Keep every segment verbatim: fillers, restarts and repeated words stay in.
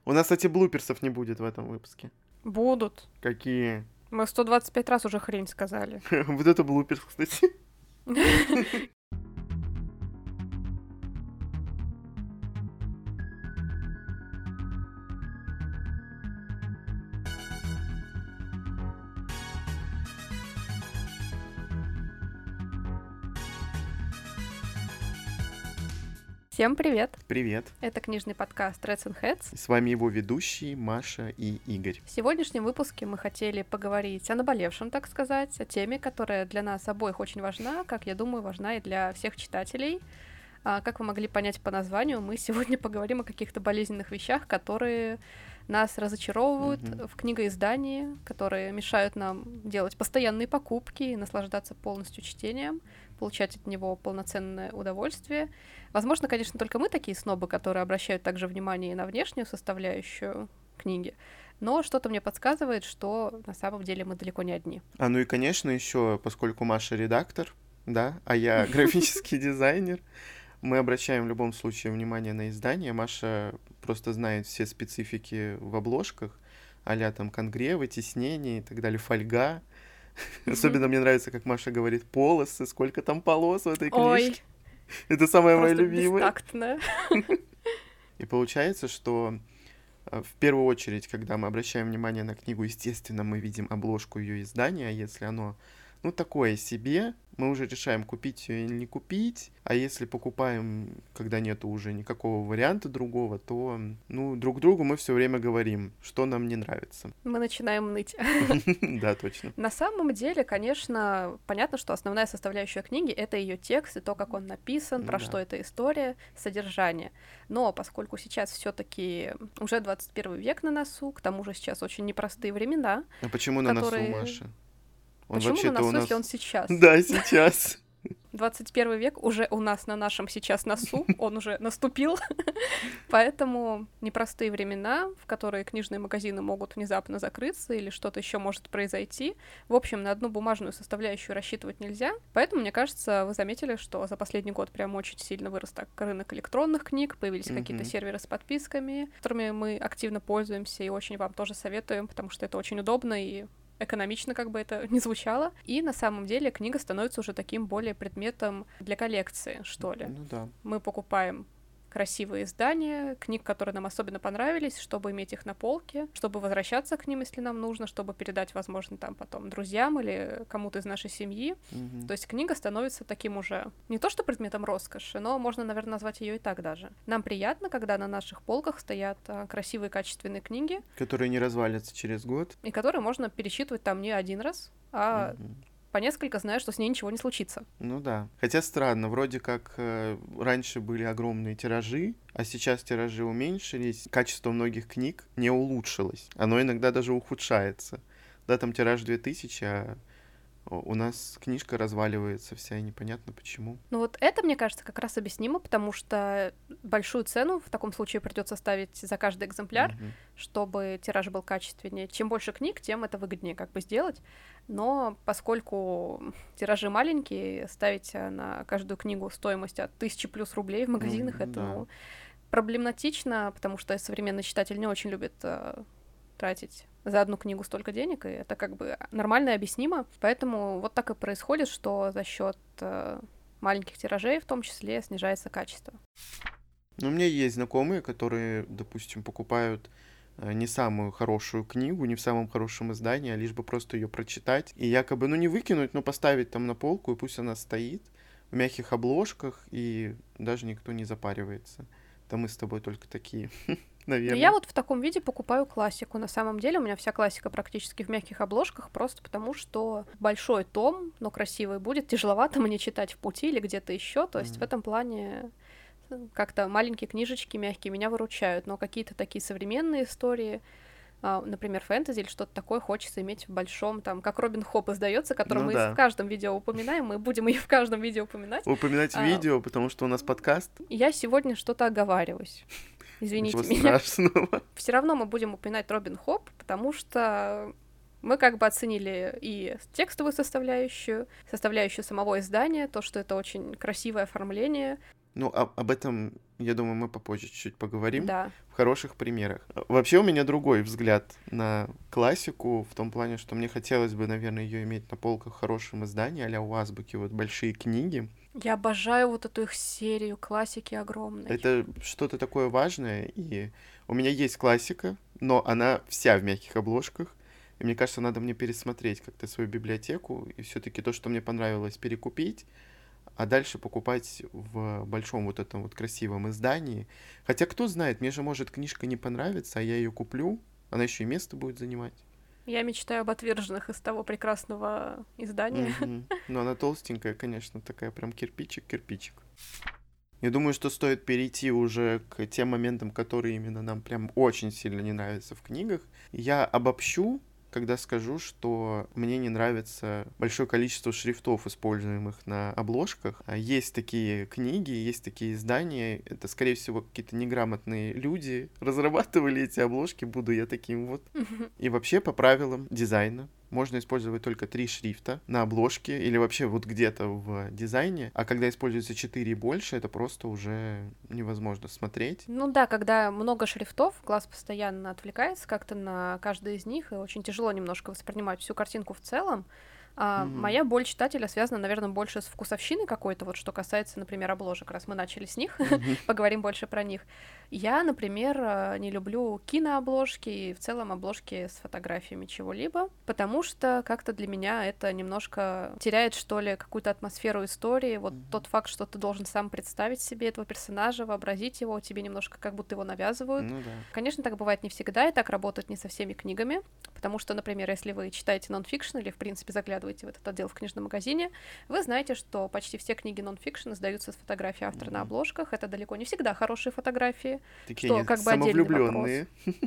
У нас, кстати, блуперсов не будет в этом выпуске. Будут. Какие? Мы сто двадцать пять раз уже хрень сказали. Вот это блуперс, кстати. Всем привет! Привет. Это книжный подкаст Reds and Heads. С вами его ведущие Маша и Игорь. В сегодняшнем выпуске мы хотели поговорить о наболевшем, так сказать, о теме, которая для нас обоих очень важна, как я думаю, важна и для всех читателей. А, как вы могли понять по названию, мы сегодня поговорим о каких-то болезненных вещах, которые нас разочаровывают mm-hmm. в книгоиздании, которые мешают нам делать постоянные покупки и наслаждаться полностью чтением, получать от него полноценное удовольствие. Возможно, конечно, только мы такие снобы, которые обращают также внимание и на внешнюю составляющую книги, но что-то мне подсказывает, что на самом деле мы далеко не одни. А ну и, конечно, еще, поскольку Маша редактор, да, а я графический дизайнер, мы обращаем в любом случае внимание на издание. Маша просто знает все специфики в обложках, а-ля там конгревы, тиснения и так далее, фольга. Особенно мне нравится, как Маша говорит, полосы, сколько там полос в этой книжке. Ой, это самое мое просто любимое. бестактное. И получается, что в первую очередь, когда мы обращаем внимание на книгу, естественно, мы видим обложку ее издания, а если оно, ну, такое себе, мы уже решаем, купить ее или не купить, а если покупаем, когда нету уже никакого варианта другого, то, ну, друг другу мы все время говорим, что нам не нравится. Мы начинаем ныть. Да, точно. На самом деле, конечно, понятно, что основная составляющая книги — это ее текст и то, как он написан, про Да. что эта история, содержание. Но поскольку сейчас все-таки уже двадцать первый век на носу, к тому же сейчас очень непростые времена. А почему на которые... носу, Маша? Он Почему на носу, у нас... если он сейчас? Да, сейчас. двадцать первый век уже у нас на нашем сейчас носу, он уже наступил, поэтому непростые времена, в которые книжные магазины могут внезапно закрыться или что-то еще может произойти. В общем, на одну бумажную составляющую рассчитывать нельзя, поэтому, мне кажется, вы заметили, что за последний год прям очень сильно вырос так рынок электронных книг, появились mm-hmm. какие-то серверы с подписками, которыми мы активно пользуемся и очень вам тоже советуем, потому что это очень удобно и экономично, как бы это ни звучало. И на самом деле книга становится уже таким более предметом для коллекции, что ли. Ну да. Мы покупаем красивые издания, книг, которые нам особенно понравились, чтобы иметь их на полке, чтобы возвращаться к ним, если нам нужно, чтобы передать, возможно, там потом друзьям или кому-то из нашей семьи. Угу. То есть книга становится таким уже не то что предметом роскоши, но можно, наверное, назвать ее и так даже. Нам приятно, когда на наших полках стоят а, красивые, качественные книги, которые не развалятся через год. И которые можно пересчитывать там не один раз, а угу. по несколько, зная, что с ней ничего не случится. Ну да. Хотя странно, вроде как э, раньше были огромные тиражи, а сейчас тиражи уменьшились, качество многих книг не улучшилось. Оно иногда даже ухудшается. Да, там тираж две тысячи, а у нас книжка разваливается вся, и непонятно почему. Ну вот это, мне кажется, как раз объяснимо, потому что большую цену в таком случае придется ставить за каждый экземпляр, mm-hmm. чтобы тираж был качественнее. Чем больше книг, тем это выгоднее как бы сделать. Но поскольку тиражи маленькие, ставить на каждую книгу стоимость от тысячи плюс рублей в магазинах, mm-hmm. это да. ну, проблематично, потому что современный читатель не очень любит э, тратить за одну книгу столько денег, и это как бы нормально и объяснимо. Поэтому вот так и происходит, что за счет э, маленьких тиражей в том числе снижается качество. Ну, у меня есть знакомые, которые, допустим, покупают э, не самую хорошую книгу, не в самом хорошем издании, а лишь бы просто ее прочитать. И якобы, ну, не выкинуть, но поставить там на полку, и пусть она стоит в мягких обложках, и даже никто не запаривается. Да мы с тобой только такие. Наверное. Я вот в таком виде покупаю классику. На самом деле у меня вся классика практически в мягких обложках, просто потому что большой том, но красивый будет, тяжеловато мне читать в пути или где-то еще. То есть mm. в этом плане как-то маленькие книжечки мягкие меня выручают, но какие-то такие современные истории, например, фэнтези или что-то такое, хочется иметь в большом, там, как Робин Хоп издается, который ну, мы да. в каждом видео упоминаем, мы будем ее в каждом видео упоминать. Упоминать а, видео, потому что у нас подкаст. Я сегодня что-то оговариваюсь. Извините Ничего меня. Страшного. Все равно мы будем упоминать Робин Хоп, потому что мы как бы оценили и текстовую составляющую, составляющую самого издания, то, что это очень красивое оформление, Ну, об, об этом, я думаю, мы попозже чуть-чуть поговорим. Да. В хороших примерах. Вообще у меня другой взгляд на классику, в том плане, что мне хотелось бы, наверное, ее иметь на полках в хорошем издании, а-ля у Азбуки, вот большие книги. Я обожаю вот эту их серию классики огромной. Это что-то такое важное, и у меня есть классика, но она вся в мягких обложках. И мне кажется, надо мне пересмотреть как-то свою библиотеку, и все-таки то, что мне понравилось, перекупить, а дальше покупать в большом вот этом вот красивом издании. Хотя, кто знает, мне же может книжка не понравиться, а я ее куплю, она еще и место будет занимать. Я мечтаю об отверженных из того прекрасного издания. Мгм. Но она толстенькая, конечно, такая прям кирпичик-кирпичик. Я думаю, что стоит перейти уже к тем моментам, которые именно нам прям очень сильно не нравятся в книгах. Я обобщу, когда скажу, что мне не нравится большое количество шрифтов, используемых на обложках. А Есть такие книги, есть такие издания. Это, скорее всего, какие-то неграмотные люди разрабатывали эти обложки. Буду я таким вот. И вообще, по правилам дизайна, можно использовать только три шрифта на обложке или вообще вот где-то в дизайне, а когда используется четыре и больше, это просто уже невозможно смотреть. Ну да, когда много шрифтов, глаз постоянно отвлекается как-то на каждый из них, и очень тяжело немножко воспринимать всю картинку в целом. А, Мгм. моя боль читателя связана, наверное, больше с вкусовщиной какой-то, вот что касается, например, обложек, раз мы начали с них, Мгм. поговорим больше про них. Я, например, э, не люблю кинообложки и в целом обложки с фотографиями чего-либо, потому что как-то для меня это немножко теряет, что ли, какую-то атмосферу истории. Вот Мгм. тот факт, что ты должен сам представить себе этого персонажа, вообразить его, тебе немножко как будто его навязывают. Ну да. Конечно, так бывает не всегда, и так работает не со всеми книгами, потому что, например, если вы читаете нон-фикшн или, в принципе, заглядываете в этот отдел в книжном магазине, вы знаете, что почти все книги нон-фикшн издаются с фотографией автора на Мгм. обложках. Это далеко не всегда хорошие фотографии, Такие что они как бы отдельный вопрос. самовлюбленные.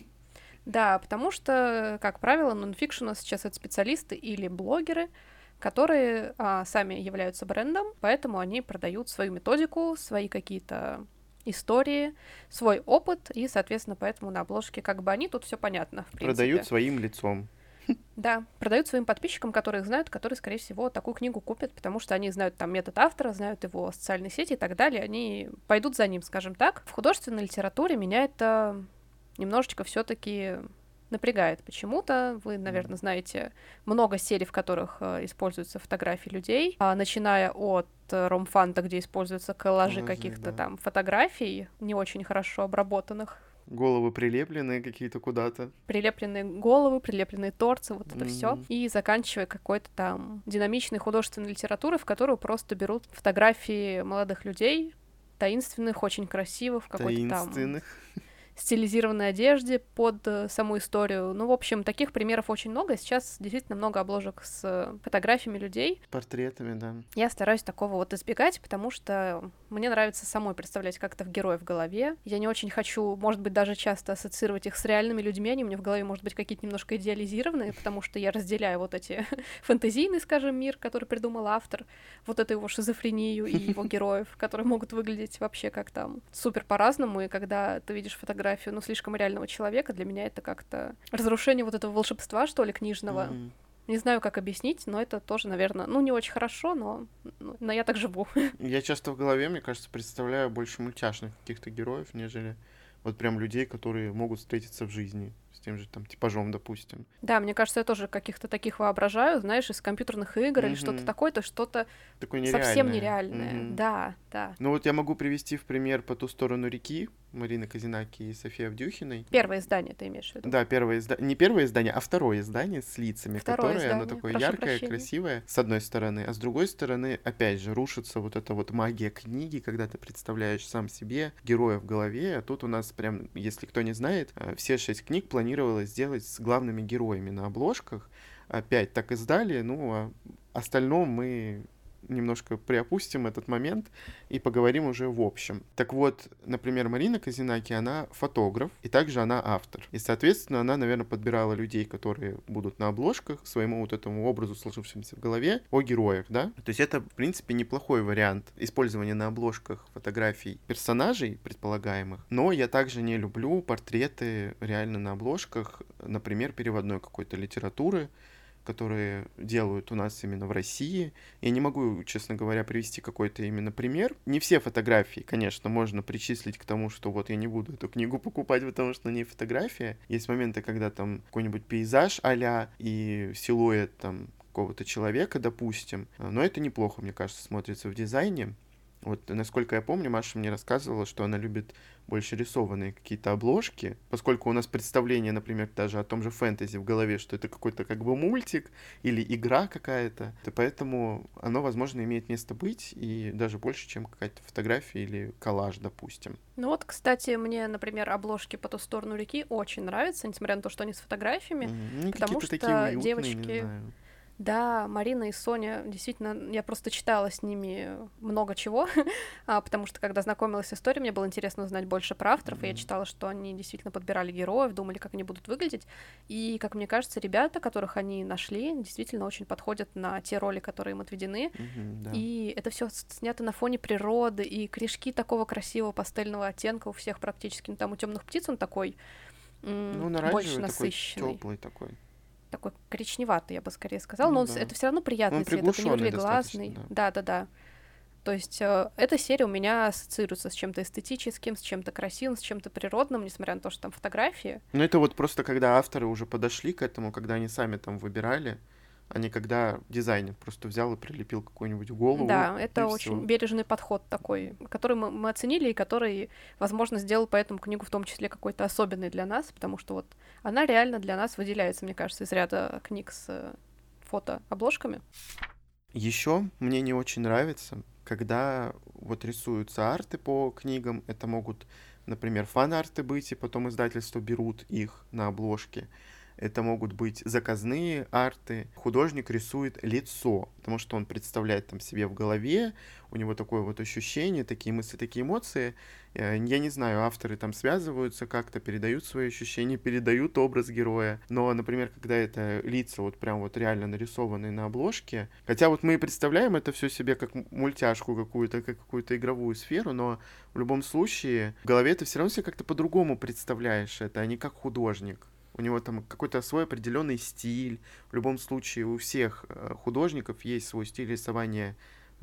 Да, потому что, как правило, нон-фикшн сейчас это специалисты или блогеры, которые а, сами являются брендом, поэтому они продают свою методику, свои какие-то истории, свой опыт, и, соответственно, поэтому на обложке как бы они, тут все понятно, в принципе. Продают своим лицом. Да, продают своим подписчикам, которые их знают, которые, скорее всего, такую книгу купят, потому что они знают там метод автора, знают его социальные сети и так далее, они пойдут за ним, скажем так. В художественной литературе меня это немножечко все-таки напрягает почему-то. Вы, наверное, знаете много серий, в которых э, используются фотографии людей, а, начиная от э, ромфанта, где используются коллажи Коллажи, каких-то да. там фотографий, не очень хорошо обработанных, Головы прилепленные какие-то куда-то. прилепленные головы, прилепленные торцы, вот это все, Мгм. и заканчивая какой-то там динамичной художественной литературой, в которую просто берут фотографии молодых людей, таинственных, очень красивых, в какой-то там Таинственных. стилизированной одежде под э, саму историю. Ну, в общем, таких примеров очень много. Сейчас действительно много обложек с э, фотографиями людей. Портретами, да. Я стараюсь такого вот избегать, потому что мне нравится самой представлять как-то в героя в голове. Я не очень хочу, может быть, даже часто ассоциировать их с реальными людьми. Они у меня в голове, может быть, какие-то немножко идеализированные, потому что я разделяю вот эти фэнтезийный, скажем, мир, который придумал автор, вот эту его шизофрению и его героев, которые могут выглядеть вообще как там супер по-разному. И когда ты видишь фотографию, ну, слишком реального человека, для меня это как-то разрушение вот этого волшебства, что ли, книжного. Мгм. Не знаю, как объяснить, но это тоже, наверное, ну, не очень хорошо, но, но я так живу. Я часто в голове, мне кажется, представляю больше мультяшных каких-то героев, нежели вот прям людей, которые могут встретиться в жизни с тем же там типажом, допустим. Да, мне кажется, я тоже каких-то таких воображаю, знаешь, из компьютерных игр или что-то Мгм. такое, то что-то Такое совсем нереальное. нереальное. Мгм. Да, да. Ну вот я могу привести в пример «По ту сторону реки» Марины Козинаки и Софии Авдюхиной. Первое издание ты имеешь в виду? Да, первое издание, не первое издание, а второе издание с лицами, Второе которое, оно издание, такое прошу яркое, прощения. красивое, с одной стороны, а с другой стороны, опять же, рушится вот эта вот магия книги, когда ты представляешь сам себе героя в голове, а тут у нас прям, если кто не знает, э, все шесть книг планировалось сделать с главными героями на обложках, опять так издали, ну, а остальном мы немножко приопустим этот момент и поговорим уже в общем. Так вот, например, Марина Козинаки, она фотограф, и также она автор. И, соответственно, она, наверное, подбирала людей, которые будут на обложках, к своему вот этому образу, сложившемуся в голове, о героях, да? То есть это, в принципе, неплохой вариант использования на обложках фотографий персонажей предполагаемых, но я также не люблю портреты реально на обложках, например, переводной какой-то литературы, которые делают у нас именно в России. Я не могу, честно говоря, привести какой-то именно пример. Не все фотографии, конечно, можно причислить к тому, что вот я не буду эту книгу покупать, потому что на ней фотография. Есть моменты, когда там какой-нибудь пейзаж а-ля и силуэт там какого-то человека, допустим. Но это неплохо, мне кажется, смотрится в дизайне. Вот, насколько я помню, Маша мне рассказывала, что она любит больше рисованные какие-то обложки, поскольку у нас представление, например, даже о том же фэнтези в голове, что это какой-то как бы мультик или игра какая-то, и поэтому оно, возможно, имеет место быть, и даже больше, чем какая-то фотография или коллаж, допустим. Ну вот, кстати, мне, например, обложки «По ту сторону реки» очень нравятся, несмотря на то, что они с фотографиями, Mm-hmm. потому что такие уютные, девочки... Да, Марина и Соня, действительно, я просто читала с ними много чего, потому что, когда знакомилась с историей, мне было интересно узнать больше про авторов, mm-hmm. и я читала, что они действительно подбирали героев, думали, как они будут выглядеть, и, как мне кажется, ребята, которых они нашли, действительно очень подходят на те роли, которые им отведены, mm-hmm, да. и это все снято на фоне природы, и корешки такого красивого пастельного оттенка у всех практически, ну, там у темных птиц он такой м- ну, больше насыщенный. Теплый такой. Такой коричневатый, я бы скорее сказала, ну, но да. это все равно приятный он цвет, это не углеклазный. Да, да, да. То есть э, эта серия у меня ассоциируется с чем-то эстетическим, с чем-то красивым, с чем-то природным, несмотря на то, что там фотографии. Ну, это вот просто когда авторы уже подошли к этому, когда они сами там выбирали, а не когда дизайнер просто взял и прилепил какую-нибудь голову. Да, это очень всё. бережный подход такой, который мы, мы оценили и который, возможно, сделал поэтому книгу в том числе какой-то особенной для нас, потому что вот она реально для нас выделяется, мне кажется, из ряда книг с фотообложками. Еще мне не очень нравится, когда вот рисуются арты по книгам, это могут, например, фан-арты быть, и потом издательства берут их на обложке. Это могут быть заказные арты. Художник рисует лицо, потому что он представляет там себе в голове, у него такое вот ощущение, такие мысли, такие эмоции. Я не знаю, авторы там связываются как-то, передают свои ощущения, передают образ героя. Но, например, когда это лица вот прям вот реально нарисованные на обложке, хотя вот мы и представляем это все себе как мультяшку какую-то, как какую-то игровую сферу, но в любом случае в голове ты все равно себе как-то по-другому представляешь это, а не как художник. У него там какой-то свой определенный стиль. В любом случае у всех художников есть свой стиль рисования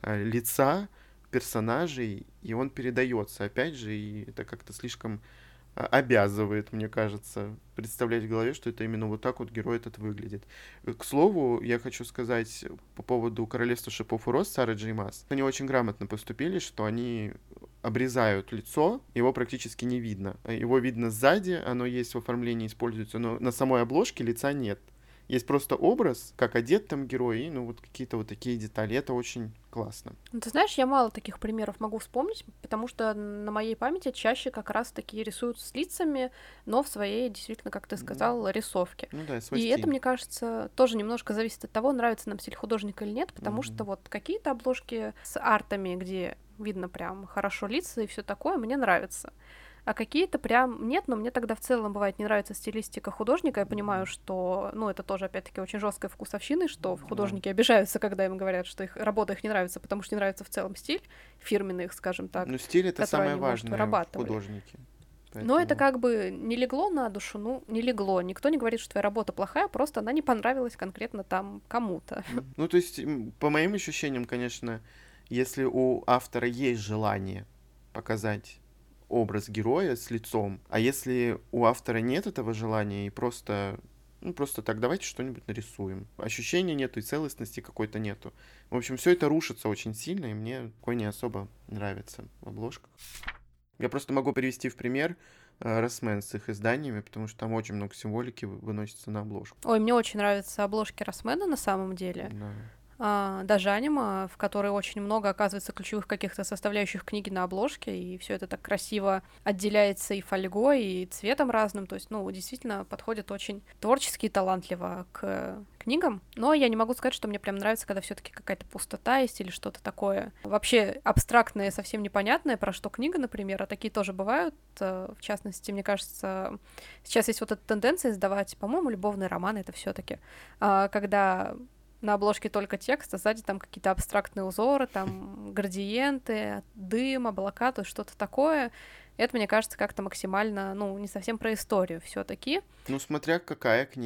лица, персонажей, и он передается, опять же, и это как-то слишком обязывает, мне кажется, представлять в голове, что это именно вот так вот герой этот выглядит. К слову, я хочу сказать по поводу «Королевства шипов и роз» Сары Джей Маас. Они очень грамотно поступили, что они обрезают лицо, его практически не видно. Его видно сзади, оно есть в оформлении, используется, но на самой обложке лица нет. Есть просто образ, как одет там герой, и ну вот какие-то вот такие детали. Это очень классно. Ну, ты знаешь, я мало таких примеров могу вспомнить, потому что на моей памяти чаще как раз таки рисуют с лицами, но в своей, действительно, как ты сказал, рисовке. Ну да, свой и стиль. Это, мне кажется, тоже немножко зависит от того, нравится нам стиль художника или нет, потому mm-hmm. что вот какие-то обложки с артами, где видно прям хорошо лица и все такое, мне нравится. А какие-то прям нет, но мне тогда в целом бывает не нравится стилистика художника. Я понимаю, что, ну, это тоже, опять-таки, очень жесткая вкусовщина, что художники обижаются, когда им говорят, что их работа их не нравится, потому что не нравится в целом стиль, фирменный их, скажем так. Ну, стиль — это самое важное в художнике. Поэтому... Но это как бы не легло на душу, ну, не легло. Никто не говорит, что твоя работа плохая, просто она не понравилась конкретно там кому-то. Ну, то есть, по моим ощущениям, конечно, если у автора есть желание показать образ героя с лицом, а если у автора нет этого желания и просто, ну, просто так, давайте что-нибудь нарисуем. Ощущения нету и целостности какой-то нету. В общем, все это рушится очень сильно, и мне такое не особо нравится в обложках. Я просто могу привести в пример Rossmann с их изданиями, потому что там очень много символики выносится на обложку. Ой, мне очень нравятся обложки Rossmann на самом деле. Да. А, даже аниме, в которой очень много оказывается ключевых каких-то составляющих книги на обложке, и все это так красиво отделяется и фольгой, и цветом разным, то есть, ну, действительно подходит очень творчески и талантливо к книгам, но я не могу сказать, что мне прям нравится, когда все-таки какая-то пустота есть или что-то такое вообще абстрактное, совсем непонятное, про что книга, например, а такие тоже бывают, в частности, мне кажется, сейчас есть вот эта тенденция издавать, по-моему, любовные романы, это все-таки, когда на обложке только текст, а сзади там какие-то абстрактные узоры, там градиенты, дым, облака, то есть что-то такое. Это, мне кажется, как-то максимально, ну, не совсем про историю все-таки. Ну, смотря какая книга.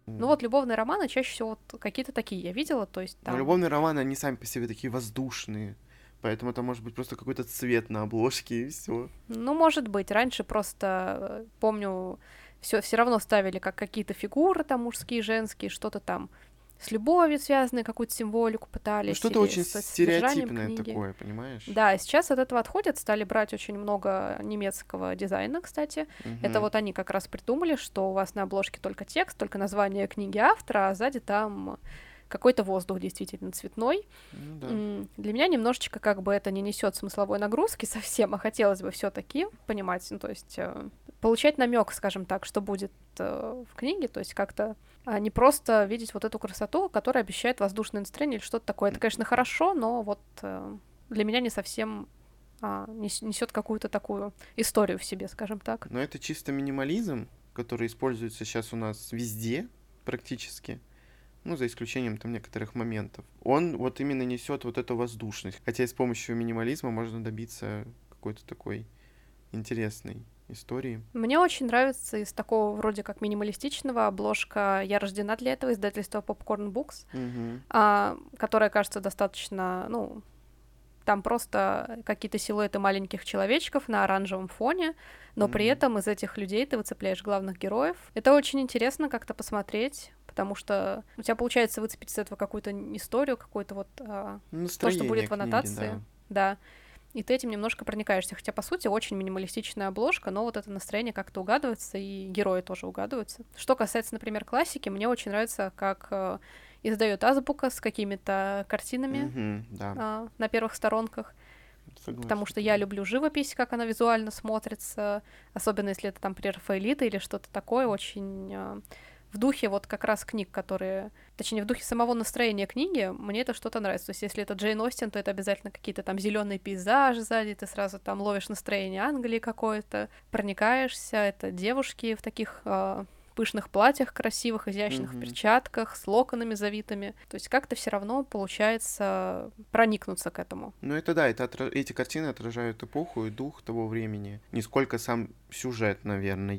Ну вот любовные романы чаще всего вот какие-то такие я видела, то есть Но там... любовные романы, они сами по себе такие воздушные, поэтому это может быть просто какой-то цвет на обложке и все. Ну, может быть, раньше просто, э, помню, все все равно ставили как какие-то фигуры там мужские, женские, что-то там с любовью связанное, какую-то символику Ну, пытались, что-то или очень со содержанием стереотипное книги. такое, понимаешь? Да, сейчас от этого отходят, стали брать очень много немецкого дизайна, кстати. Это Мгм. вот они как раз придумали, что у вас на обложке только текст, только название книги автора, а сзади там какой-то воздух действительно цветной. Ну да. М, Для меня немножечко как бы это не несет смысловой нагрузки совсем, а хотелось бы все-таки понимать, ну то есть э, получать намек, скажем так, что будет э, в книге, то есть как-то а не просто видеть вот эту красоту, которая обещает воздушное настроение или что-то такое. Это, конечно, хорошо, но вот э, для меня не совсем а, нес- несет какую-то такую историю в себе, скажем так. Но это чисто минимализм, который используется сейчас у нас везде практически. Ну, за исключением там некоторых моментов. Он вот именно несет вот эту воздушность. Хотя и с помощью минимализма можно добиться какой-то такой интересной истории. Мне очень нравится из такого вроде как минималистичного обложка «Я рождена для этого» издательства Popcorn Books, Мгм. а, которая кажется достаточно, ну, там просто какие-то силуэты маленьких человечков на оранжевом фоне, но при Мгм. этом из этих людей ты выцепляешь главных героев. Это очень интересно как-то посмотреть, потому что у тебя получается выцепить из этого какую-то историю, какую-то вот а, то, что Настроение будет в книги, аннотации. да. Да. И ты этим немножко проникаешься. Хотя, по сути, очень минималистичная обложка, но вот это настроение как-то угадывается, и герои тоже угадываются. Что касается, например, классики, мне очень нравится, как э, издает Азбука с какими-то картинами Мгм, да, а, на первых сторонках, потому согласен. что я люблю живопись, как она визуально смотрится, особенно если это там прерафаэлиты или что-то такое, очень а, в духе вот как раз книг, которые... Точнее, в духе самого настроения книги мне это что-то нравится. То есть если это Джейн Остин, то это обязательно какие-то там зеленые пейзажи сзади, ты сразу там ловишь настроение Англии какое-то, проникаешься, это девушки в таких а, пышных платьях красивых, изящных, в Мгм. перчатках, с локонами завитыми. То есть как-то все равно получается проникнуться к этому. Ну это да, это отра- эти картины отражают эпоху и дух того времени. Не сколько сам сюжет, наверное.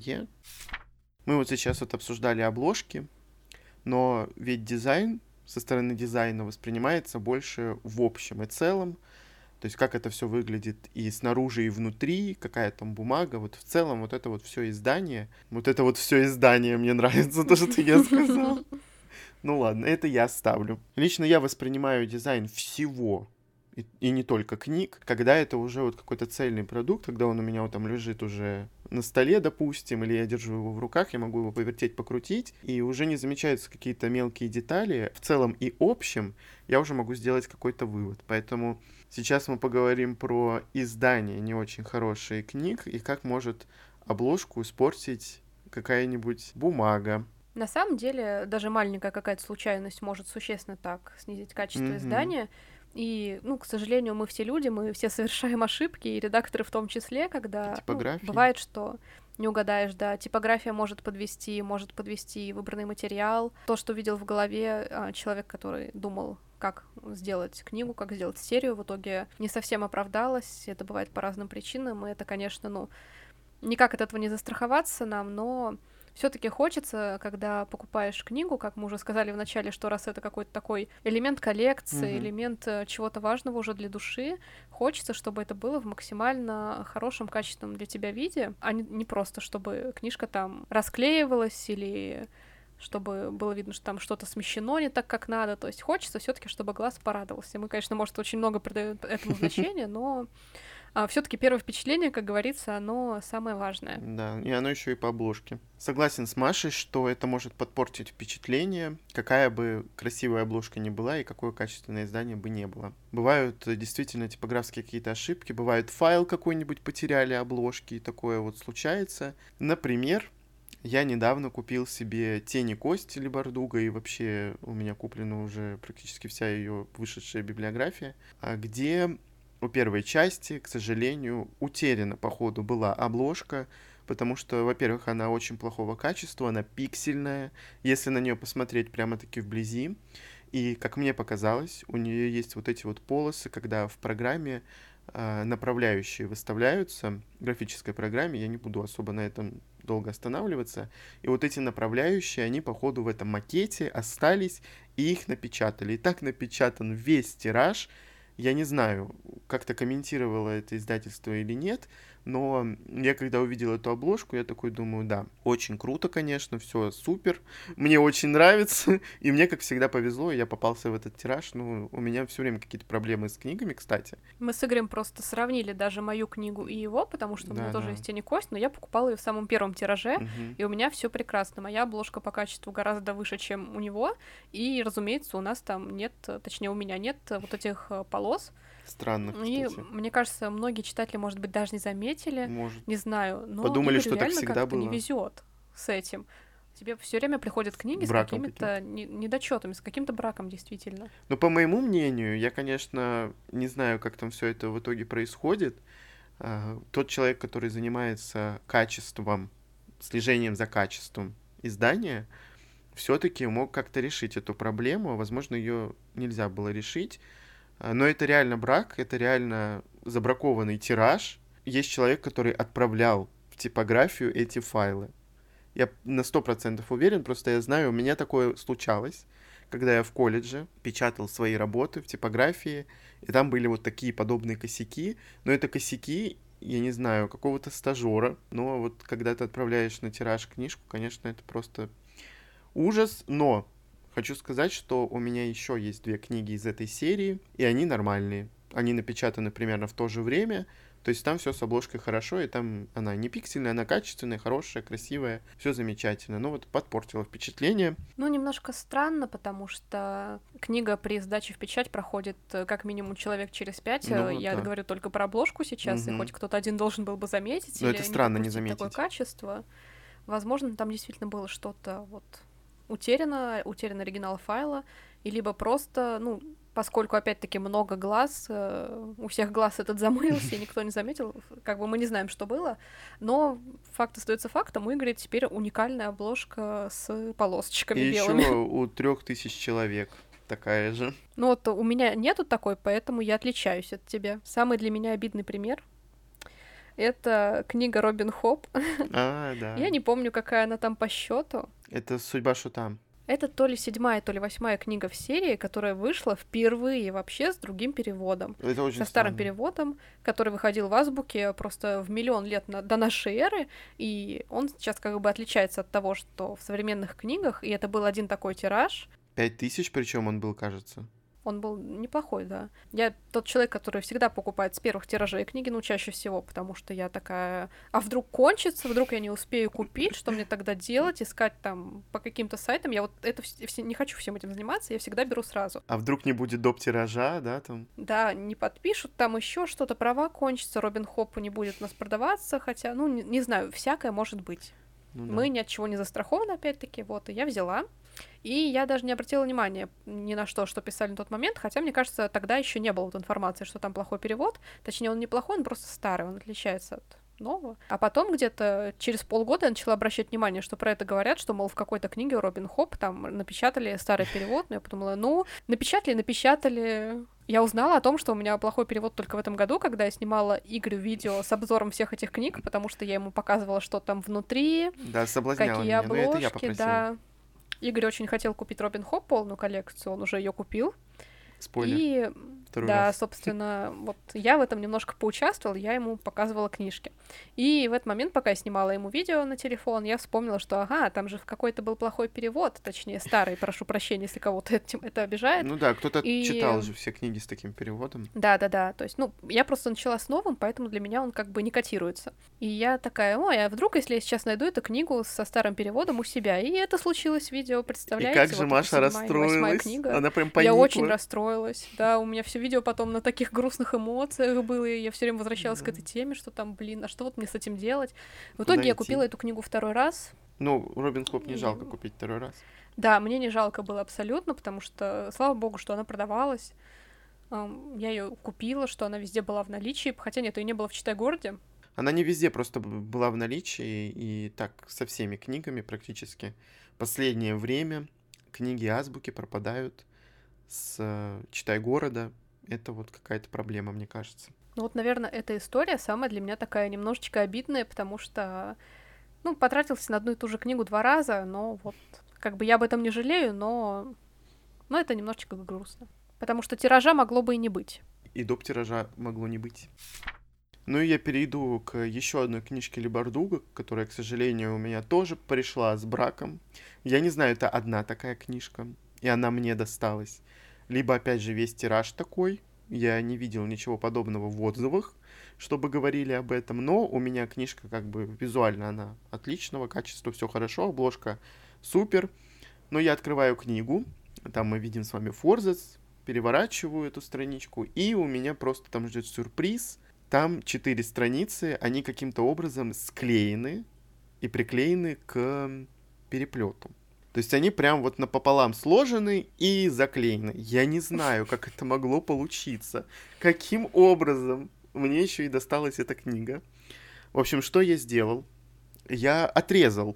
Мы вот сейчас вот обсуждали обложки, но ведь дизайн со стороны дизайна воспринимается больше в общем и целом. То есть как это все выглядит и снаружи, и внутри, какая там бумага. Вот в целом вот это вот все издание. Вот это вот все издание мне нравится, то, что я сказал. Ну ладно, это я ставлю. Лично я воспринимаю дизайн всего, и, и не только книг, когда это уже вот какой-то цельный продукт, когда он у меня вот там лежит уже на столе, допустим, или я держу его в руках, я могу его повертеть, покрутить, и уже не замечаются какие-то мелкие детали. В целом и общем я уже могу сделать какой-то вывод. Поэтому сейчас мы поговорим про издание не очень хорошие книг и как может обложку испортить какая-нибудь бумага. На самом деле, даже маленькая какая-то случайность может существенно так снизить качество Мгм. издания. И, ну, к сожалению, мы все люди, мы все совершаем ошибки, и редакторы в том числе, По когда, ну, типографии. бывает, что не угадаешь, да, типография может подвести, может подвести выбранный материал. То, что видел в голове а, человек, который думал, как сделать книгу, как сделать серию, в итоге не совсем оправдалось. Это бывает по разным причинам, и это, конечно, ну, никак от этого не застраховаться нам, но все-таки хочется, когда покупаешь книгу, как мы уже сказали в начале, что раз это какой-то такой элемент коллекции, Мгм. элемент э, чего-то важного уже для души, хочется, чтобы это было в максимально хорошем, качественном для тебя виде, а не, не просто, чтобы книжка там расклеивалась или чтобы было видно, что там что-то смещено не так, как надо. То есть хочется все-таки, чтобы глаз порадовался. Мы, конечно, может, очень много придаем этому значения, но а, все-таки первое впечатление, как говорится, оно самое важное. Да, и оно еще и по обложке. Согласен с Машей, что это может подпортить впечатление, какая бы красивая обложка ни была и какое качественное издание бы не было. Бывают э, действительно типографские какие-то ошибки, бывает файл какой-нибудь потеряли обложки, и такое вот случается. Например, я недавно купил себе «Тени Кости» Лебардуга, и вообще у меня куплена уже практически вся ее вышедшая библиография, а где у первой части, к сожалению, утеряна по ходу была обложка, потому что, во-первых, она очень плохого качества, она пиксельная, если на нее посмотреть прямо-таки вблизи. И, как мне показалось, у нее есть вот эти вот полосы, когда в программе э, направляющие выставляются, в графической программе, я не буду особо на этом долго останавливаться. И вот эти направляющие, они, походу, в этом макете остались, и их напечатали. И так напечатан весь тираж. Я не знаю, как-то комментировало это издательство или нет, но я когда увидел эту обложку, я такой думаю, да, очень круто, конечно, все супер, мне очень нравится, и мне, как всегда, повезло, и я попался в этот тираж. Ну, у меня все время какие-то проблемы с книгами, кстати. Мы с Игорем просто сравнили даже мою книгу и его, потому что у меня да, тоже да. есть «Тень и кость», но я покупала ее в самом первом тираже, угу. и у меня все прекрасно. Моя обложка по качеству гораздо выше, чем у него, и, разумеется, у нас там нет, точнее, у меня нет вот этих полос. Странно, кстати. И, мне кажется, многие читатели, может быть, даже не заметили, может. не знаю, но подумали, Игорю что реально так всегда как-то было. Не везет с этим. Тебе все время приходят книги с, с какими-то не- недочетами, с каким-то браком, действительно. Ну, по моему мнению, я, конечно, не знаю, как там все это в итоге происходит. А, тот человек, который занимается качеством, слежением за качеством издания, все-таки мог как-то решить эту проблему. Возможно, ее нельзя было решить. Но это реально брак, это реально забракованный тираж. Есть человек, который отправлял в типографию эти файлы. Я на сто процентов уверен, просто я знаю, у меня такое случалось, когда я в колледже печатал свои работы в типографии, и там были вот такие подобные косяки, но это косяки, я не знаю, какого-то стажера, но вот когда ты отправляешь на тираж книжку, конечно, это просто ужас, но хочу сказать, что у меня еще есть две книги из этой серии, и они нормальные. Они напечатаны примерно в то же время, то есть там все с обложкой хорошо, и там она не пиксельная, она качественная, хорошая, красивая, все замечательно. Ну вот подпортила впечатление. Ну, немножко странно, потому что книга при сдаче в печать проходит как минимум человек через пять. Ну, Я да. говорю только про обложку сейчас, угу. и хоть кто-то один должен был бы заметить, но или это странно не не заметить такое качество. Возможно, там действительно было что-то вот утеряно, утерян оригинал файла, и либо просто, ну, поскольку, опять-таки, много глаз, э, у всех глаз этот замылился, и никто не заметил, как бы мы не знаем, что было, но факт остается фактом, у Игоря теперь уникальная обложка с полосочками и белыми. И еще у трех тысяч человек такая же. Ну вот у меня нету такой, поэтому я отличаюсь от тебя. Самый для меня обидный пример — это книга Робин Хоп. А, да. Я не помню, какая она там по счету. Это «Судьба Шута». Это то ли седьмая, то ли восьмая книга в серии, которая вышла впервые вообще с другим переводом. Это очень со странно. Старым переводом, который выходил в азбуке просто в миллион лет на, до нашей эры, и он сейчас как бы отличается от того, что в современных книгах, и это был один такой тираж. Пять тысяч, причем он был, кажется. Он был неплохой, да. Я тот человек, который всегда покупает с первых тиражей книги, ну, чаще всего, потому что я такая, а вдруг кончится, вдруг я не успею купить, что мне тогда делать, искать там по каким-то сайтам, я вот это вс- не хочу всем этим заниматься, я всегда беру сразу. А вдруг не будет доп. Тиража, да, там? Да, не подпишут, там еще что-то, права кончатся, Робин Хопу не будет у нас продаваться, хотя, ну, не, не знаю, всякое может быть. Ну, да. Мы ни от чего не застрахованы, опять-таки, вот, и я взяла. И я даже не обратила внимания ни на что, что писали на тот момент, хотя, мне кажется, тогда еще не было вот информации, что там плохой перевод. Точнее, он неплохой, он просто старый, он отличается от нового. А потом где-то через полгода я начала обращать внимание, что про это говорят, что, мол, в какой-то книге у Робин Хоп там напечатали старый перевод. Но я подумала, ну, напечатали, напечатали. Я узнала о том, что у меня плохой перевод только в этом году, когда я снимала Игорю видео с обзором всех этих книг, потому что я ему показывала, что там внутри, да, соблазняла какие меня. обложки, но это я попросила. Да. Игорь очень хотел купить Робин Хоп полную коллекцию, он уже ее купил. Спойлер. И Второй да, раз. собственно, вот я в этом немножко поучаствовала, я ему показывала книжки. И в этот момент, пока я снимала ему видео на телефон, я вспомнила, что ага, там же какой-то был плохой перевод, точнее, старый, прошу прощения, если кого-то этим это обижает. Ну да, кто-то и... читал же все книги с таким переводом. Да-да-да, то есть, ну, я просто начала с новым, поэтому для меня он как бы не котируется. И я такая, ой, а вдруг, если я сейчас найду эту книгу со старым переводом у себя? И это случилось в видео, представляете? И как же вот Маша расстроилась? Книга. Она прям поникла. Я очень расстроилась, да, у меня все видео потом на таких грустных эмоциях было, и я все время возвращалась да. к этой теме, что там, блин, а что вот мне с этим делать? В итоге Куда я идти? Купила эту книгу второй раз. Ну, Робин Хоп не жалко купить второй раз. Да, мне не жалко было абсолютно, потому что, слава богу, что она продавалась. Я ее купила, что она везде была в наличии, хотя нет, ее не было в Читай-городе. Она не везде просто была в наличии, и так со всеми книгами практически. Последнее время книги азбуки пропадают с Читай-города. Это вот какая-то проблема, мне кажется. Ну вот, наверное, эта история самая для меня такая немножечко обидная, потому что Ну, потратился на одну и ту же книгу два раза, но вот как бы я об этом не жалею, но, но это немножечко грустно. Потому что тиража могло бы и не быть. И доп. Тиража могло не быть. Ну и я перейду к еще одной книжке Ли Бардуго, которая, к сожалению, у меня тоже пришла с браком. Я не знаю, это одна такая книжка, и она мне досталась. Либо, опять же, весь тираж такой. Я не видел ничего подобного в отзывах, чтобы говорили об этом. Но у меня книжка как бы визуально она отличного качества, все хорошо, обложка супер. Но я открываю книгу, там мы видим с вами форзац, переворачиваю эту страничку, и у меня просто там ждет сюрприз. Там четыре страницы, они каким-то образом склеены и приклеены к переплету. То есть они прям вот напополам сложены и заклеены. Я не знаю, как это могло получиться. Каким образом мне еще и досталась эта книга. В общем, что я сделал? Я отрезал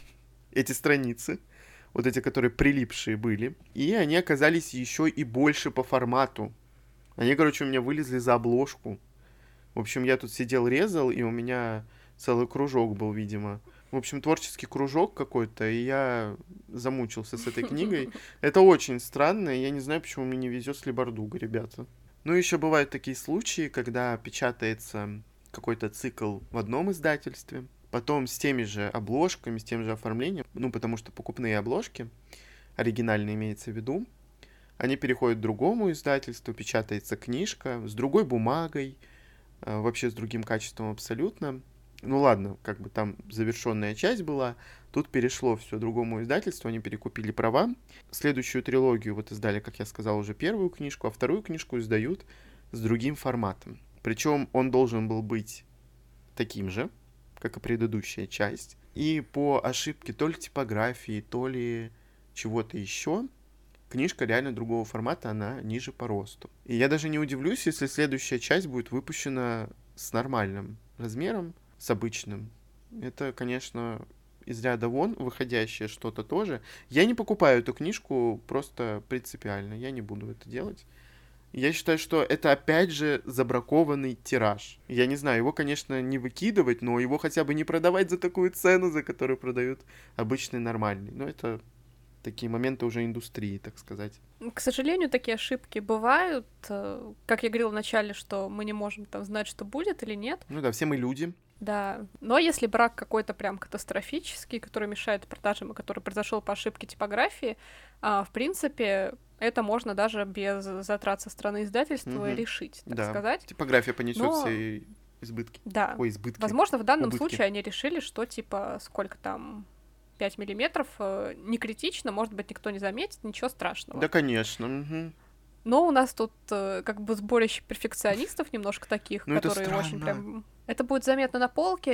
эти страницы, вот эти, которые прилипшие были, и они оказались еще и больше по формату. Они, короче, у меня вылезли за обложку. В общем, я тут сидел, резал, и у меня целый кружок был, видимо. В общем, творческий кружок какой-то, и я замучился с этой книгой. Это очень странно, и я не знаю, почему мне не везет с Ли Бардуго, ребята. Ну, еще бывают такие случаи, когда печатается какой-то цикл в одном издательстве, потом с теми же обложками, с тем же оформлением, ну, потому что покупные обложки, оригинальные имеется в виду, они переходят к другому издательству, печатается книжка с другой бумагой, вообще с другим качеством абсолютно. Ну ладно, как бы там завершенная часть была, тут перешло все другому издательству, они перекупили права. Следующую трилогию вот издали, как я сказал, уже первую книжку, а вторую книжку издают с другим форматом. Причем он должен был быть таким же, как и предыдущая часть. И по ошибке то ли типографии, то ли чего-то еще, книжка реально другого формата, она ниже по росту. И я даже не удивлюсь, если следующая часть будет выпущена с нормальным размером, с обычным. Это, конечно, из ряда вон выходящее что-то тоже. Я не покупаю эту книжку просто принципиально. Я не буду это делать. Я считаю, что это опять же забракованный тираж. Я не знаю, его, конечно, не выкидывать, но его хотя бы не продавать за такую цену, за которую продают обычный нормальный. Но это такие моменты уже индустрии, так сказать. К сожалению, такие ошибки бывают. Как я говорила вначале, что мы не можем там знать, что будет или нет. Ну да, все мы люди. Да, но если брак какой-то прям катастрофический, который мешает продажам и который произошел по ошибке типографии, в принципе, это можно даже без затрат со стороны издательства угу. решить, так да. сказать. Типография понесет но... все избытки. Да. Ой, избытки. Возможно, в данном Убытки. случае они решили, что типа сколько там пять миллиметров не критично, может быть, никто не заметит, ничего страшного. Да, конечно. Угу. Но у нас тут как бы сборище перфекционистов немножко таких, ну, которые очень прям... Это будет заметно на полке,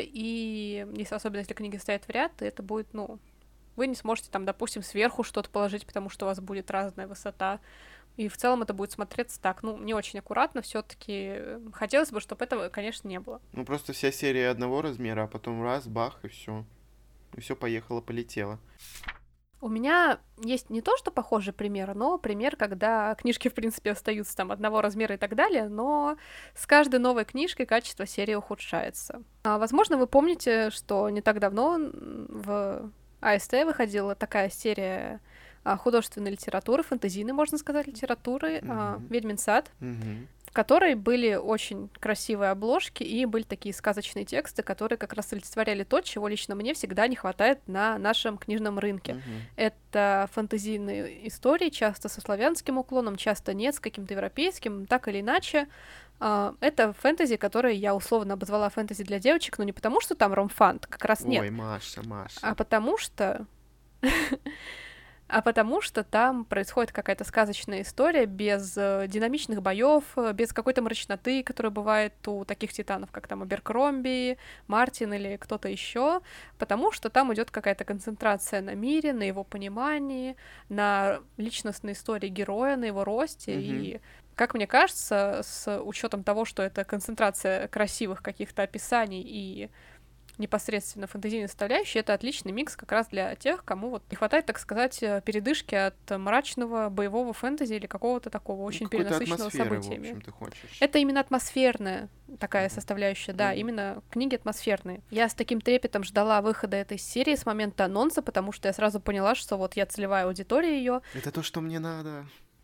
и если, особенно если книги стоят в ряд, то это будет, ну... Вы не сможете там, допустим, сверху что-то положить, потому что у вас будет разная высота. И в целом это будет смотреться так, ну, не очень аккуратно, все-таки хотелось бы, чтобы этого, конечно, не было. Ну, просто вся серия одного размера, а потом раз, бах, и все. И все поехало, полетело. У меня есть не то, что похожий пример, но пример, когда книжки, в принципе, остаются там одного размера и так далее, но с каждой новой книжкой качество серии ухудшается. А, возможно, вы помните, что не так давно в а эс тэ выходила такая серия а, художественной литературы, фэнтезийной, можно сказать, литературы, mm-hmm. а, «Ведьмин сад», mm-hmm. в которой были очень красивые обложки и были такие сказочные тексты, которые как раз олицетворяли то, чего лично мне всегда не хватает на нашем книжном рынке. Mm-hmm. Это фэнтезийные истории, часто со славянским уклоном, часто нет, с каким-то европейским, так или иначе. Это фэнтези, которое я условно обозвала фэнтези для девочек, но не потому, что там ромфант, как раз нет. Ой, Маша, Маша. А потому что... А потому что там происходит какая-то сказочная история без э, динамичных боев, без какой-то мрачноты, которая бывает у таких титанов, как там Аберкромби, Мартин или кто-то еще, потому что там идет какая-то концентрация на мире, на его понимании, на личностной истории героя, на его росте. Mm-hmm. И, как мне кажется, с учетом того, что это концентрация красивых каких-то описаний и непосредственно фэнтезийной составляющей, это отличный микс как раз для тех, кому вот не хватает, так сказать, передышки от мрачного боевого фэнтези или какого-то такого очень ну, перенасыщенного событиями. событиями. В общем, ты хочешь. Это именно атмосферная такая mm-hmm. составляющая, да, mm-hmm. именно книги атмосферные. Я с таким трепетом ждала выхода этой серии с момента анонса, потому что я сразу поняла, что вот я целевая аудитория ее. Это то, что мне надо.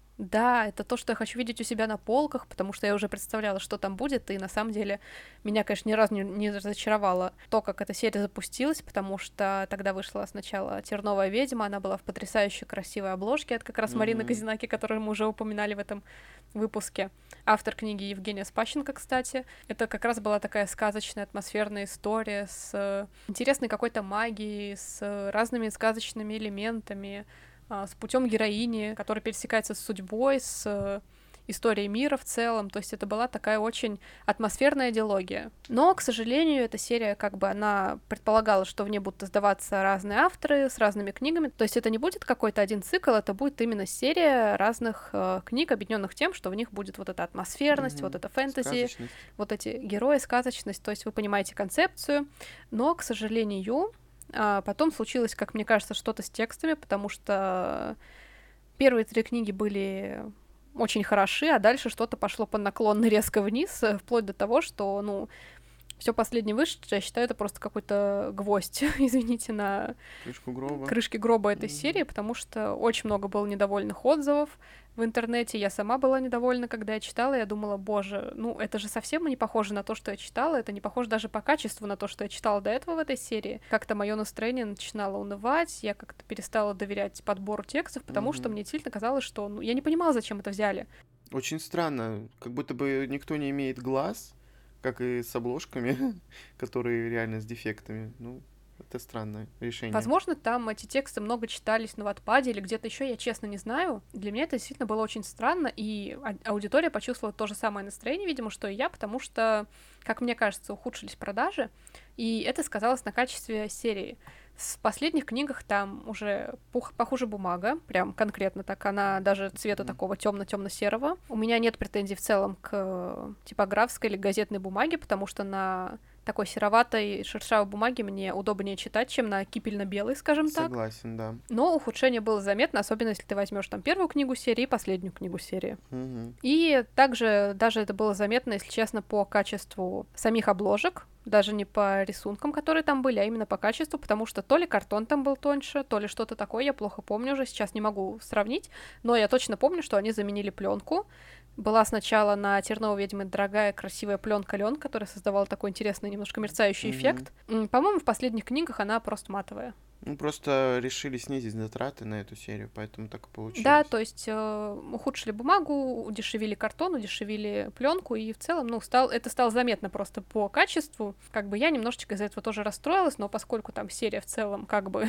Да, это то, что я хочу видеть у себя на полках, потому что я уже представляла, что там будет, и на самом деле меня, конечно, ни разу не, не разочаровало то, как эта серия запустилась, потому что тогда вышла сначала «Терновая ведьма», она была в потрясающе красивой обложке, это как раз mm-hmm. Марина Козинаки, которую мы уже упоминали в этом выпуске. Автор книги Евгения Спащенко, кстати. Это как раз была такая сказочная, атмосферная история с интересной какой-то магией, с разными сказочными элементами, с путем героини, которая пересекается с судьбой, с историей мира в целом. То есть это была такая очень атмосферная диалогия. Но, к сожалению, эта серия, как бы, она предполагала, что в ней будут издаваться разные авторы с разными книгами. То есть это не будет какой-то один цикл, это будет именно серия разных э, книг, объединенных тем, что в них будет вот эта атмосферность, mm-hmm. вот это фэнтези, вот эти герои, сказочность. То есть вы понимаете концепцию. Но, к сожалению, А потом случилось, как мне кажется, что-то с текстами, потому что первые три книги были очень хороши, а дальше что-то пошло по наклонной резко вниз, вплоть до того, что, ну, все последнее вышедшее, я считаю, это просто какой-то гвоздь, извините, на крышку гроба. крышке гроба этой mm-hmm. серии, потому что очень много было недовольных отзывов в интернете. Я сама была недовольна, когда я читала, я думала, боже, ну это же совсем не похоже на то, что я читала, это не похоже даже по качеству на то, что я читала до этого в этой серии. Как-то мое настроение начинало унывать, я как-то перестала доверять подбору текстов, потому mm-hmm. что мне действительно казалось, что ну, я не понимала, зачем это взяли. Очень странно, как будто бы никто не имеет глаз, как и с обложками, которые реально с дефектами. Ну, это странное решение. Возможно, там эти тексты много читались на Wattpad или где-то еще, я честно не знаю. Для меня это действительно было очень странно, и аудитория почувствовала то же самое настроение, видимо, что и я, потому что, как мне кажется, ухудшились продажи, и это сказалось на качестве серии. В последних книгах там уже пух, похуже бумага, прям конкретно так, она даже цвета mm-hmm. такого темно-темно-серого. У меня нет претензий в целом к типографской или газетной бумаге, потому что на такой сероватой шершавой бумаге мне удобнее читать, чем на кипельно-белой, скажем так. Согласен, да. Но ухудшение было заметно, особенно если ты возьмешь там первую книгу серии и последнюю книгу серии. Mm-hmm. И также даже это было заметно, если честно, по качеству самих обложек, даже не по рисункам, которые там были, а именно по качеству, потому что то ли картон там был тоньше, то ли что-то такое, я плохо помню уже, сейчас не могу сравнить, но я точно помню, что они заменили пленку. Была сначала на «Терновой ведьме» дорогая, красивая пленка-лен, которая создавала такой интересный, немножко мерцающий mm-hmm. эффект. По-моему, в последних книгах она просто матовая. Ну, просто решили снизить затраты на эту серию, поэтому так и получилось. Да, то есть э, ухудшили бумагу, удешевили картон, удешевили пленку, и в целом, ну, стал, это стало заметно просто по качеству. Как бы я немножечко из-за этого тоже расстроилась, но поскольку там серия в целом как бы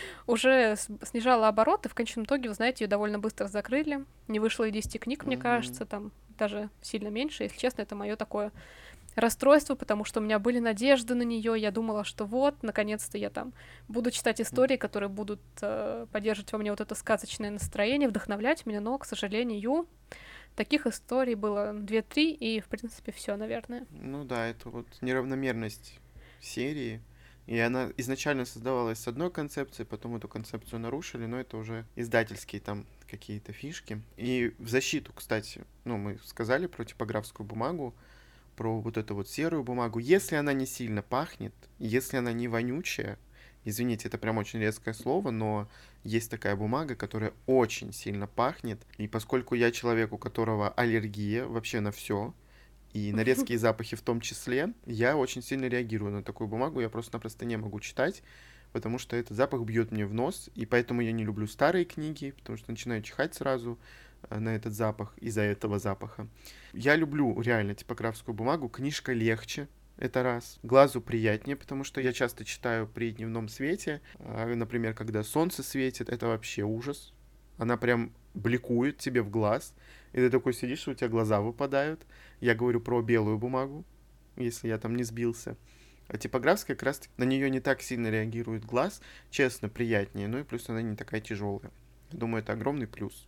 уже снижала обороты, в конечном итоге, вы знаете, ее довольно быстро закрыли. Не вышло и десяти книг, мне mm-hmm. кажется, там даже сильно меньше. Если честно, это мое такое расстройство, потому что у меня были надежды на нее, я думала, что вот, наконец-то я там буду читать истории, которые будут э, поддерживать во мне вот это сказочное настроение, вдохновлять меня, но, к сожалению, таких историй было две-три, и, в принципе, все, наверное. Ну да, это вот неравномерность серии, и она изначально создавалась с одной концепцией, потом эту концепцию нарушили, но это уже издательские там какие-то фишки. И в защиту, кстати, ну, мы сказали про типографскую бумагу, про вот эту вот серую бумагу. Если она не сильно пахнет, если она не вонючая, извините, это прям очень резкое слово, но есть такая бумага, которая очень сильно пахнет, и поскольку я человек, у которого аллергия вообще на все, и на резкие запахи в том числе, я очень сильно реагирую на такую бумагу, я просто-напросто не могу читать, потому что этот запах бьет мне в нос, и поэтому я не люблю старые книги, потому что начинаю чихать сразу на этот запах, из-за этого запаха. Я люблю реально типографскую бумагу, книжка легче, это раз. Глазу приятнее, потому что я часто читаю при дневном свете, например, когда солнце светит, это вообще ужас. Она прям бликует тебе в глаз, и ты такой сидишь, что у тебя глаза выпадают. Я говорю про белую бумагу, если я там не сбился. А типографская как раз на нее не так сильно реагирует глаз, честно, приятнее, ну и плюс она не такая тяжелая. Думаю, это огромный плюс.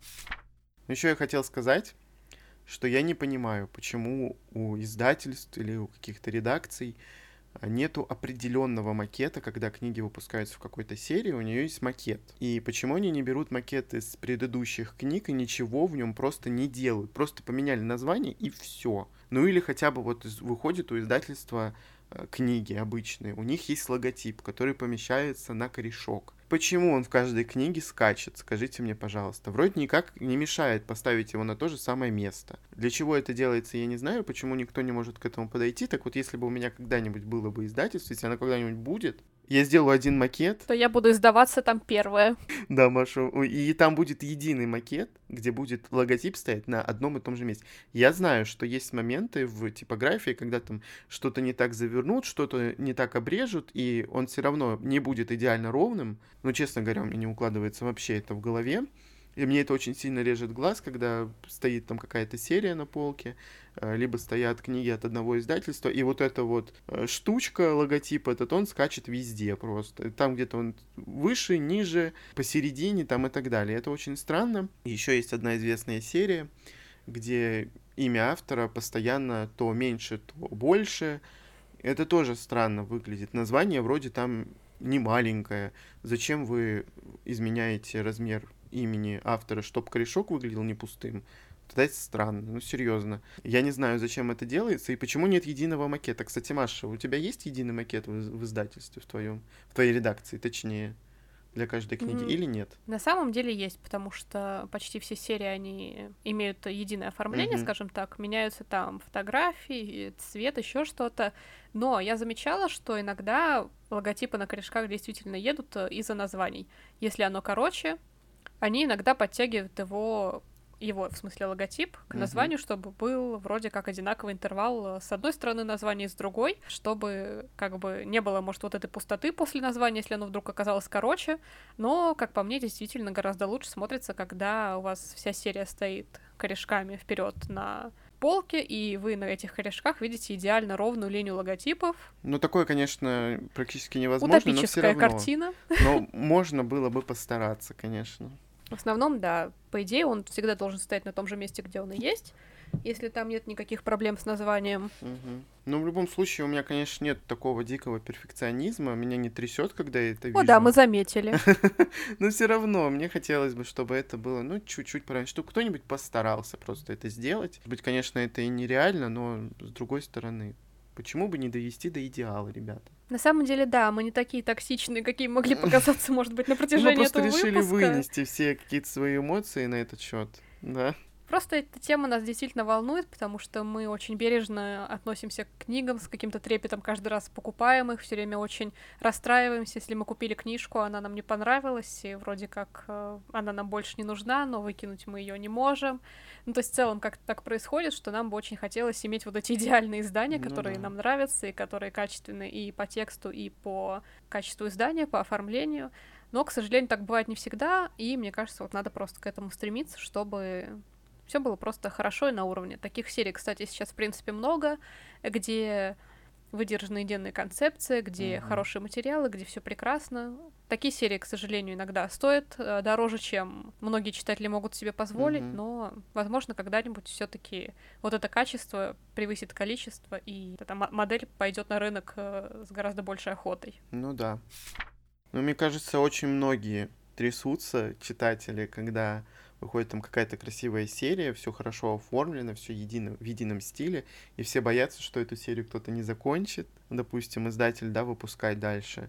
Еще я хотел сказать, что я не понимаю, почему у издательств или у каких-то редакций нету определенного макета, когда книги выпускаются в какой-то серии, у нее есть макет. И почему они не берут макет из предыдущих книг и ничего в нем просто не делают? Просто поменяли название и все. Ну или хотя бы вот из, выходит у издательства э, книги обычные, у них есть логотип, который помещается на корешок. Почему он в каждой книге скачет, скажите мне, пожалуйста. Вроде никак не мешает поставить его на то же самое место. Для чего это делается, я не знаю, почему никто не может к этому подойти. Так вот, если бы у меня когда-нибудь было бы издательство, если оно когда-нибудь будет, я сделаю один макет. То я буду издаваться там первая. Да, Маша, и там будет единый макет, где будет логотип стоять на одном и том же месте. Я знаю, что есть моменты в типографии, когда там что-то не так завернут, что-то не так обрежут, и он все равно не будет идеально ровным. Но, честно говоря, у меня не укладывается вообще это в голове. И мне это очень сильно режет глаз, когда стоит там какая-то серия на полке, либо стоят книги от одного издательства, и вот эта вот штучка, логотип этот, он скачет везде просто. Там где-то он выше, ниже, посередине там и так далее. Это очень странно. Еще есть одна известная серия, где имя автора постоянно то меньше, то больше. Это тоже странно выглядит. Название вроде там не маленькое. Зачем вы изменяете размер имени автора, чтобы корешок выглядел не пустым? Тогда это странно, ну серьезно. Я не знаю, зачем это делается и почему нет единого макета. Кстати, Маша, у тебя есть единый макет в, в издательстве в твоем, в твоей редакции, точнее, для каждой книги, mm. или нет? На самом деле есть, потому что почти все серии, они имеют единое оформление, mm-hmm. скажем так, меняются там фотографии, цвет, еще что-то. Но я замечала, что иногда логотипы на корешках действительно едут из-за названий. Если оно короче, они иногда подтягивают его, его, в смысле логотип, к названию, uh-huh. чтобы был вроде как одинаковый интервал с одной стороны названия и с другой, чтобы как бы не было, может, вот этой пустоты после названия, если оно вдруг оказалось короче, но, как по мне, действительно гораздо лучше смотрится, когда у вас вся серия стоит корешками вперед на полке, и вы на этих корешках видите идеально ровную линию логотипов. Ну, такое, конечно, практически невозможно, утопическая но все равно. Картина. Но можно было бы постараться, конечно. В основном, да, по идее, он всегда должен стоять на том же месте, где он и есть, если там нет никаких проблем с названием. Угу. Ну, в любом случае, у меня, конечно, нет такого дикого перфекционизма, меня не трясет, когда я это вижу. О, да, мы заметили. Но все равно, мне хотелось бы, чтобы это было, ну, чуть-чуть пораньше, чтобы кто-нибудь постарался просто это сделать. Может быть, конечно, это и нереально, но, с другой стороны, почему бы не довести до идеала, ребята? На самом деле, да, мы не такие токсичные, какие могли показаться, может быть, на протяжении этого выпуска. Мы просто решили вынести все какие-то свои эмоции на этот счет, да. Просто эта тема нас действительно волнует, потому что мы очень бережно относимся к книгам, с каким-то трепетом каждый раз покупаем их, все время очень расстраиваемся, если мы купили книжку, она нам не понравилась, и вроде как э, она нам больше не нужна, но выкинуть мы ее не можем. Ну, то есть в целом как-то так происходит, что нам бы очень хотелось иметь вот эти идеальные издания, которые ну, да. нам нравятся, и которые качественны и по тексту, и по качеству издания, по оформлению. Но, к сожалению, так бывает не всегда, и мне кажется, вот надо просто к этому стремиться, чтобы все было просто хорошо и на уровне. Таких серий, кстати, сейчас, в принципе, много, где выдержаны идейные концепции, где uh-huh. хорошие материалы, где все прекрасно. Такие серии, к сожалению, иногда стоят э, дороже, чем многие читатели могут себе позволить, uh-huh. но, возможно, когда-нибудь все-таки вот это качество превысит количество, и эта м- модель пойдет на рынок э, с гораздо большей охотой. Ну да. Но мне кажется, очень многие трясутся, читатели, когда выходит там какая-то красивая серия, все хорошо оформлено, все едино, в едином стиле, и все боятся, что эту серию кто-то не закончит. Допустим, издатель, да, выпускать дальше.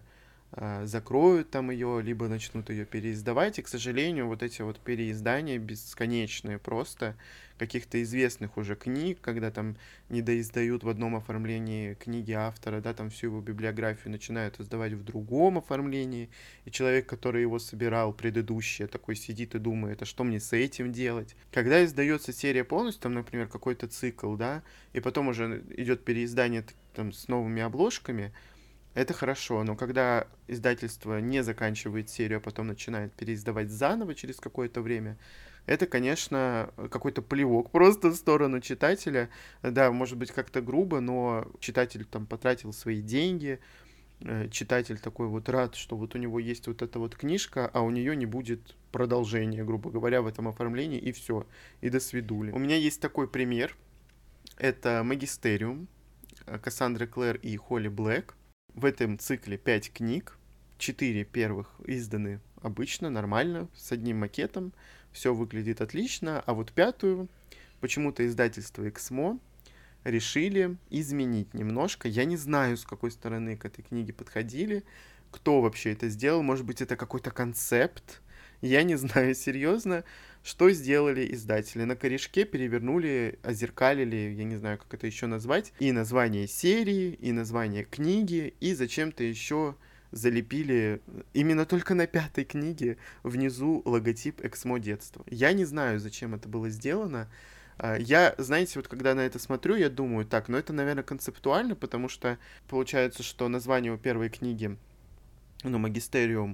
Закроют там ее, либо начнут ее переиздавать. И, к сожалению, вот эти вот переиздания бесконечные просто каких-то известных уже книг, когда там не доиздают в одном оформлении книги автора, да, там всю его библиографию начинают издавать в другом оформлении, и человек, который его собирал, предыдущий, такой сидит и думает, а что мне с этим делать? Когда издается серия полностью, там, например, какой-то цикл, да, и потом уже идет переиздание там с новыми обложками, это хорошо, но когда издательство не заканчивает серию, а потом начинает переиздавать заново через какое-то время, это, конечно, какой-то плевок просто в сторону читателя. Да, может быть, как-то грубо, но читатель там потратил свои деньги, читатель такой вот рад, что вот у него есть вот эта вот книжка, а у нее не будет продолжения, грубо говоря, в этом оформлении, и все, и до свидули. У меня есть такой пример, это «Магистериум» Кассандры Клэр и Холли Блэк. В этом цикле пять книг, четыре первых изданы обычно, нормально, с одним макетом, все выглядит отлично, а вот пятую почему-то издательство Эксмо решили изменить немножко. Я не знаю, с какой стороны к этой книге подходили, кто вообще это сделал, может быть, это какой-то концепт, я не знаю, серьезно, что сделали издатели. На корешке перевернули, озеркалили, я не знаю, как это еще назвать, и название серии, и название книги, и зачем-то еще залепили именно только на пятой книге внизу логотип Эксмо детства. Я не знаю, зачем это было сделано. Я, знаете, вот когда на это смотрю, я думаю, так, ну это, наверное, концептуально, потому что получается, что название у первой книги, ну, «Магистериум»,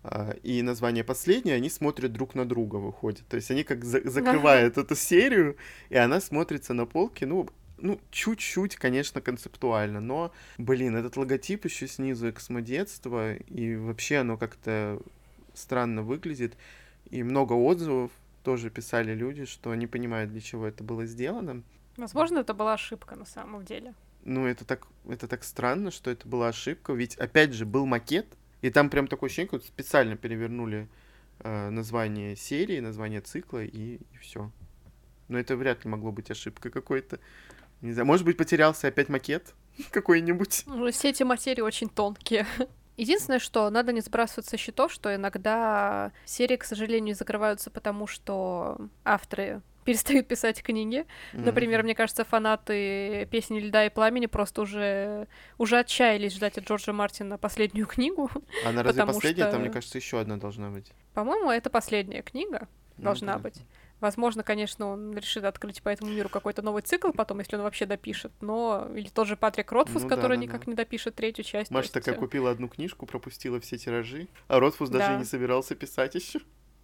и название последнее, они смотрят друг на друга, выходит. То есть они как за- закрывают эту серию, и она смотрится на полке, ну, ну, чуть-чуть, конечно, концептуально, но, блин, этот логотип еще снизу Эксмо детства, и вообще оно как-то странно выглядит, и много отзывов тоже писали люди, что не понимают, для чего это было сделано. Возможно, это была ошибка на самом деле. Ну, это так, это так странно, что это была ошибка, ведь, опять же, был макет, и там прям такое ощущение, как специально перевернули э, название серии, название цикла, и, и все. Но это вряд ли могло быть ошибкой какой-то. Не знаю, может быть, потерялся опять макет какой-нибудь? Ну, все эти материи очень тонкие. Единственное, что надо не сбрасывать со счетов, что иногда серии, к сожалению, закрываются, потому что авторы перестают писать книги. Mm-hmm. Например, мне кажется, фанаты «Песни льда и пламени» просто уже, уже отчаялись ждать от Джорджа Мартина последнюю книгу. Она разве последняя? Что... Там, мне кажется, еще одна должна быть. По-моему, это последняя книга должна mm-hmm. быть. Возможно, конечно, он решит открыть по этому миру какой-то новый цикл потом, если он вообще допишет, но... Или тот же Патрик Ротфус, ну, который да, да, никак да. не допишет третью часть. Маша такая купила одну книжку, пропустила все тиражи, а Ротфус да. даже не собирался писать еще.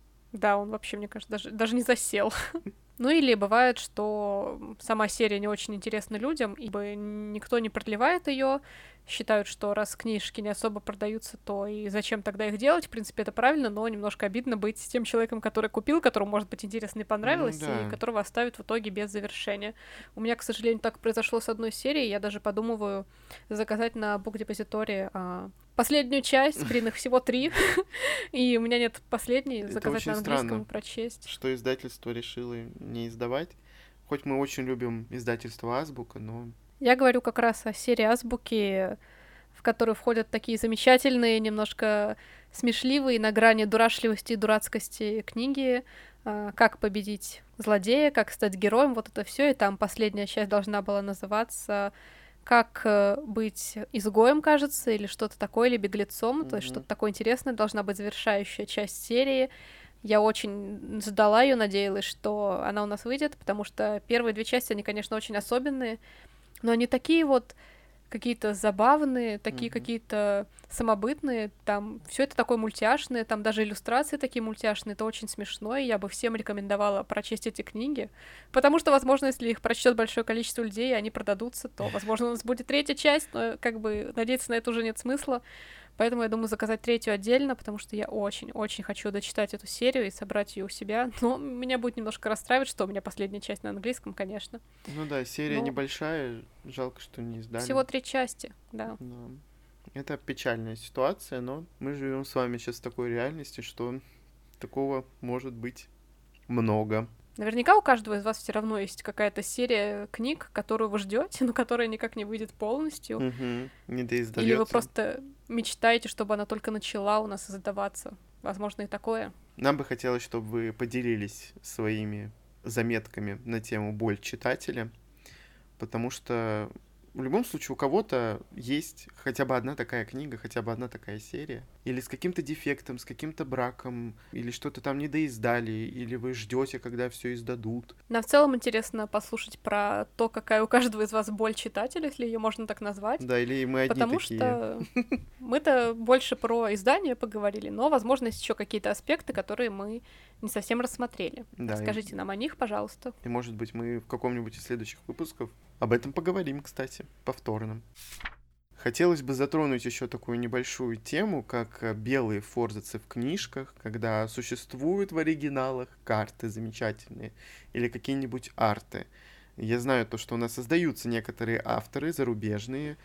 Да, он вообще, мне кажется, даже, даже не засел. Ну или бывает, что сама серия не очень интересна людям, ибо никто не продлевает ее, считают, что раз книжки не особо продаются, то и зачем тогда их делать? В принципе, это правильно, но немножко обидно быть тем человеком, который купил, которому, может быть, интересно и понравилось, ну, да. и которого оставят в итоге без завершения. У меня, к сожалению, так произошло с одной серией, я даже подумываю заказать на букдепозитории а, последнюю часть, блин, их всего три, и у меня нет последней, заказать на английском и прочесть. Что издательство решило не издавать, хоть мы очень любим издательство Азбука, но... Я говорю как раз о серии Азбуки, в которую входят такие замечательные, немножко смешливые, на грани дурашливости и дурацкости книги, как победить злодея, как стать героем, вот это все. И там последняя часть должна была называться «Как быть изгоем», кажется, или что-то такое, или беглецом, mm-hmm. то есть что-то такое интересное, должна быть завершающая часть серии. Я очень ждала ее, надеялась, что она у нас выйдет, потому что первые две части, они, конечно, очень особенные, но они такие вот какие-то забавные, такие mm-hmm. какие-то самобытные, там все это такое мультяшное, там даже иллюстрации такие мультяшные, это очень смешно, и я бы всем рекомендовала прочесть эти книги, потому что, возможно, если их прочтет большое количество людей, и они продадутся, то, возможно, у нас будет третья часть, но как бы надеяться на это уже нет смысла. Поэтому я думаю заказать третью отдельно, потому что я очень-очень хочу дочитать эту серию и собрать ее у себя. Но меня будет немножко расстраивать, что у меня последняя часть на английском, конечно. Ну да, серия Но... небольшая, жалко, что не издали. Всего три части, да. да. Это печальная ситуация, но мы живем с вами сейчас в такой реальности, что такого может быть много. Наверняка у каждого из вас все равно есть какая-то серия книг, которую вы ждете, но которая никак не выйдет полностью. Угу. Не доиздаётся. Или вы просто мечтаете, чтобы она только начала у нас издаваться. Возможно, и такое. Нам бы хотелось, чтобы вы поделились своими заметками на тему «Боль читателя», потому что в любом случае у кого-то есть хотя бы одна такая книга, хотя бы одна такая серия. Или с каким-то дефектом, с каким-то браком, или что-то там не доиздали, или вы ждете, когда все издадут. Нам в целом интересно послушать про то, какая у каждого из вас боль читателя, если ее можно так назвать. Да, или мы одни Потому такие. Потому что мы-то больше про издание поговорили, но, возможно, есть еще какие-то аспекты, которые мы не совсем рассмотрели. Да, Расскажите и... нам о них, пожалуйста. И, может быть, мы в каком-нибудь из следующих выпусков об этом поговорим, кстати, повторно. Хотелось бы затронуть еще такую небольшую тему, как белые форзацы в книжках, когда существуют в оригиналах карты замечательные или какие-нибудь арты. Я знаю то, что у нас создаются некоторые авторы зарубежные,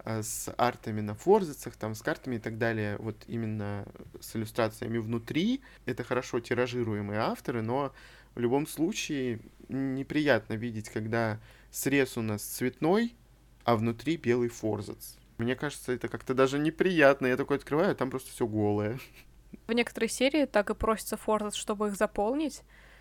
с артами на форзацах, там, с картами и так далее, вот именно с иллюстрациями внутри. Это хорошо тиражируемые авторы, но в любом случае неприятно видеть, когда срез у нас цветной, а внутри белый форзац. Мне кажется, это как-то даже неприятно. Я такой открываю, а там просто все голое. В некоторые серии так и просится форзац, чтобы их заполнить.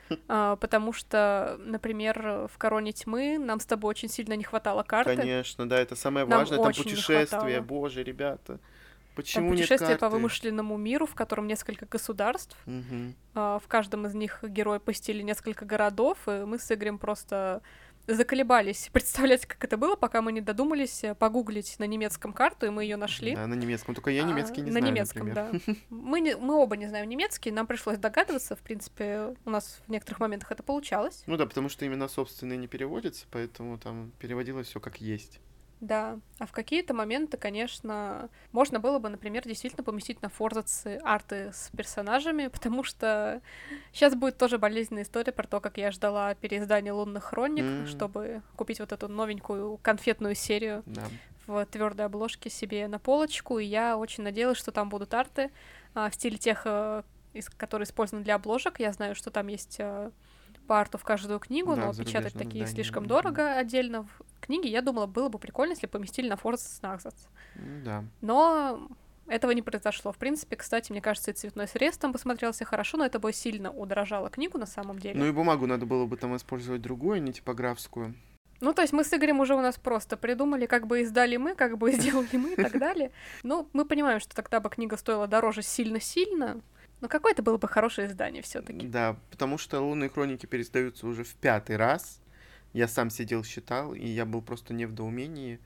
А, потому что, например, в «Короне тьмы» нам с тобой очень сильно не хватало карты. Конечно, да, это самое Нам важное. Там очень не путешествие, хватало. боже, ребята. Там Почему нет путешествие по карты? вымышленному миру, в котором несколько государств. Мгм. А, В каждом из них герои посетили несколько городов, и мы с Игорем просто заколебались представлять, как это было, пока мы не додумались э, погуглить на немецком карту, и мы ее нашли. Да, на немецком. Только я А, немецкий не на знаю, немецком, например. да. Мы, не- мы оба не знаем немецкий, нам пришлось догадываться, в принципе, у нас в некоторых моментах это получалось. Ну да, потому что именно собственные не переводятся, поэтому там переводилось все как есть. Да, а в какие-то моменты, конечно, можно было бы, например, действительно поместить на форзацы арты с персонажами, потому что сейчас будет тоже болезненная история про то, как я ждала переиздания «Лунных хроник», М. чтобы купить вот эту новенькую конфетную серию Да. в твердой обложке себе на полочку, и я очень надеялась, что там будут арты а, в стиле тех, э, из- которые использованы для обложек. Я знаю, что там есть э, по арту в каждую книгу, Да, но в печатать зарубежном такие издании, слишком мгм. дорого отдельно в книге. Я думала, было бы прикольно, если поместили на форзац нагзац. М, Да. Но этого не произошло. В принципе, кстати, мне кажется, и цветной срез там посмотрелся хорошо, но это бы сильно удорожало книгу на самом деле. Ну и бумагу надо было бы там использовать другую, не типографскую. Ну, то есть мы с Игорем уже у нас просто придумали, как бы издали мы, как бы сделали мы и так далее. Ну, мы понимаем, что тогда бы книга стоила дороже сильно-сильно, но какое-то было бы хорошее издание все таки. Да, потому что «Лунные хроники» пересдаются уже в пятый раз. Я сам сидел, считал, и я был просто не в недоумении,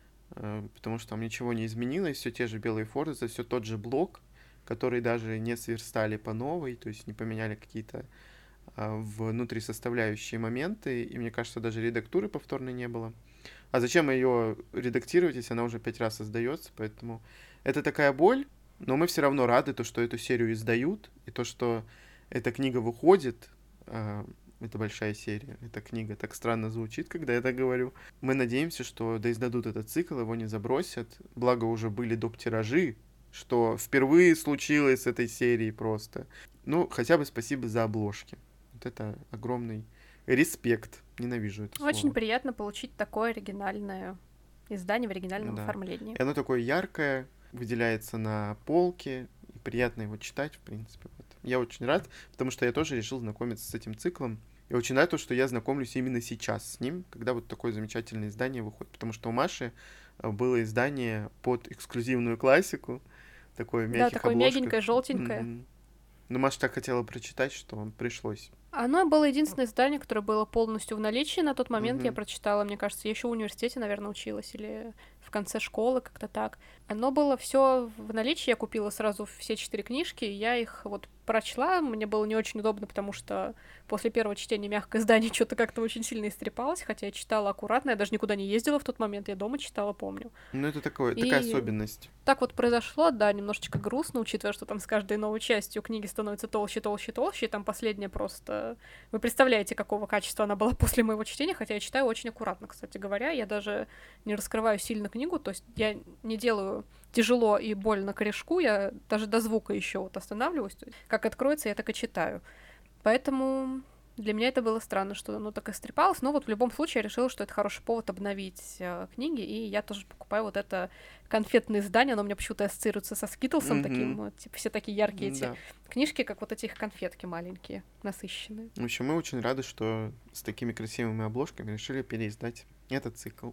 э, потому что там ничего не изменилось, все те же белые форзацы, все тот же блок, который даже не сверстали по новой, то есть не поменяли какие-то а, внутрисоставляющие моменты, и мне кажется, даже редактуры повторной не было. А зачем ее редактировать, если она уже пять раз издается, поэтому это такая боль, но мы все равно рады, то, что эту серию издают, и то, что эта книга выходит, а, это большая серия, эта книга так странно звучит, когда я так говорю. Мы надеемся, что доиздадут этот цикл, его не забросят, благо уже были доп. Тиражи, что впервые случилось с этой серией просто. Ну, хотя бы спасибо за обложки. Вот это огромный респект. Ненавижу это слово. Очень приятно получить такое оригинальное издание в оригинальном Да. оформлении. И оно такое яркое, выделяется на полке, и приятно его читать, в принципе. Вот. Я очень рад, потому что я тоже решил знакомиться с этим циклом. И очень рад, что я знакомлюсь именно сейчас с ним, когда вот такое замечательное издание выходит. Потому что у Маши э, было издание под эксклюзивную классику, такое в Да, мягких такое обложках. мягенькое, желтенькое. Мгм. Но Маша так хотела прочитать, что пришлось. Оно было единственное издание, которое было полностью в наличии на тот момент. Я Мгм. прочитала, мне кажется, я еще в университете, наверное, училась, или в конце школы, как-то так. Оно было все в наличии, я купила сразу все четыре книжки, и я их вот прочла. Мне было не очень удобно, потому что после первого чтения мягкое издание что-то как-то очень сильно истрепалось, хотя я читала аккуратно, я даже никуда не ездила в тот момент, я дома читала, помню. Ну, это такое, такая И особенность. так вот произошло, да, немножечко грустно, учитывая, что там с каждой новой частью книги становится толще, толще, толще, и там последняя просто... Вы представляете, какого качества она была после моего чтения, хотя я читаю очень аккуратно, кстати говоря, я даже не раскрываю сильно книгу, то есть я не делаю тяжело и больно корешку, я даже до звука еще вот останавливаюсь, то есть как откроется, я так и читаю. Поэтому... Для меня это было странно, что оно так истрепалось, но вот в любом случае я решила, что это хороший повод обновить э, книги, и я тоже покупаю вот это конфетное издание, оно у меня почему-то ассоциируется со Скитлсом Мгм. таким, вот, типа все такие яркие эти Да. книжки, как вот эти их конфетки маленькие, насыщенные. В общем, мы очень рады, что с такими красивыми обложками решили переиздать этот цикл.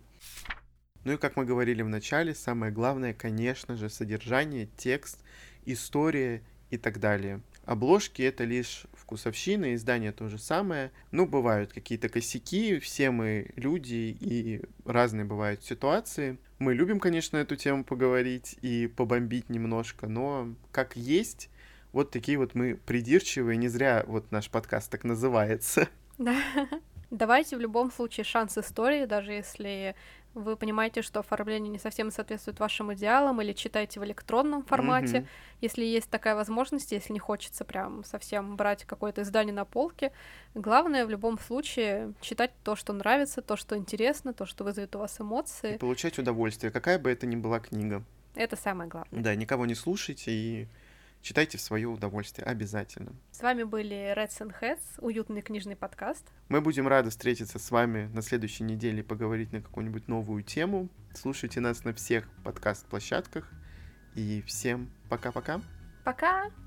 Ну и как мы говорили в начале, самое главное, конечно же, содержание, текст, история и так далее. Обложки — это лишь вкусовщина, издание то же самое. Ну, бывают какие-то косяки, все мы люди, и разные бывают ситуации. Мы любим, конечно, эту тему поговорить и побомбить немножко, но как есть, вот такие вот мы придирчивые, не зря вот наш подкаст так называется. Да. Давайте в любом случае шанс истории, даже если вы понимаете, что оформление не совсем соответствует вашим идеалам, или читаете в электронном формате, Мгм. если есть такая возможность, если не хочется прям совсем брать какое-то издание на полке. Главное в любом случае читать то, что нравится, то, что интересно, то, что вызовет у вас И эмоции. получать удовольствие, какая бы это ни была книга. Это самое главное. Да, никого не слушайте и читайте в свое удовольствие обязательно. С вами были Reds and Heads, уютный книжный подкаст. Мы будем рады встретиться с вами на следующей неделе и поговорить на какую-нибудь новую тему. Слушайте нас на всех подкаст-площадках. И всем пока-пока. Пока!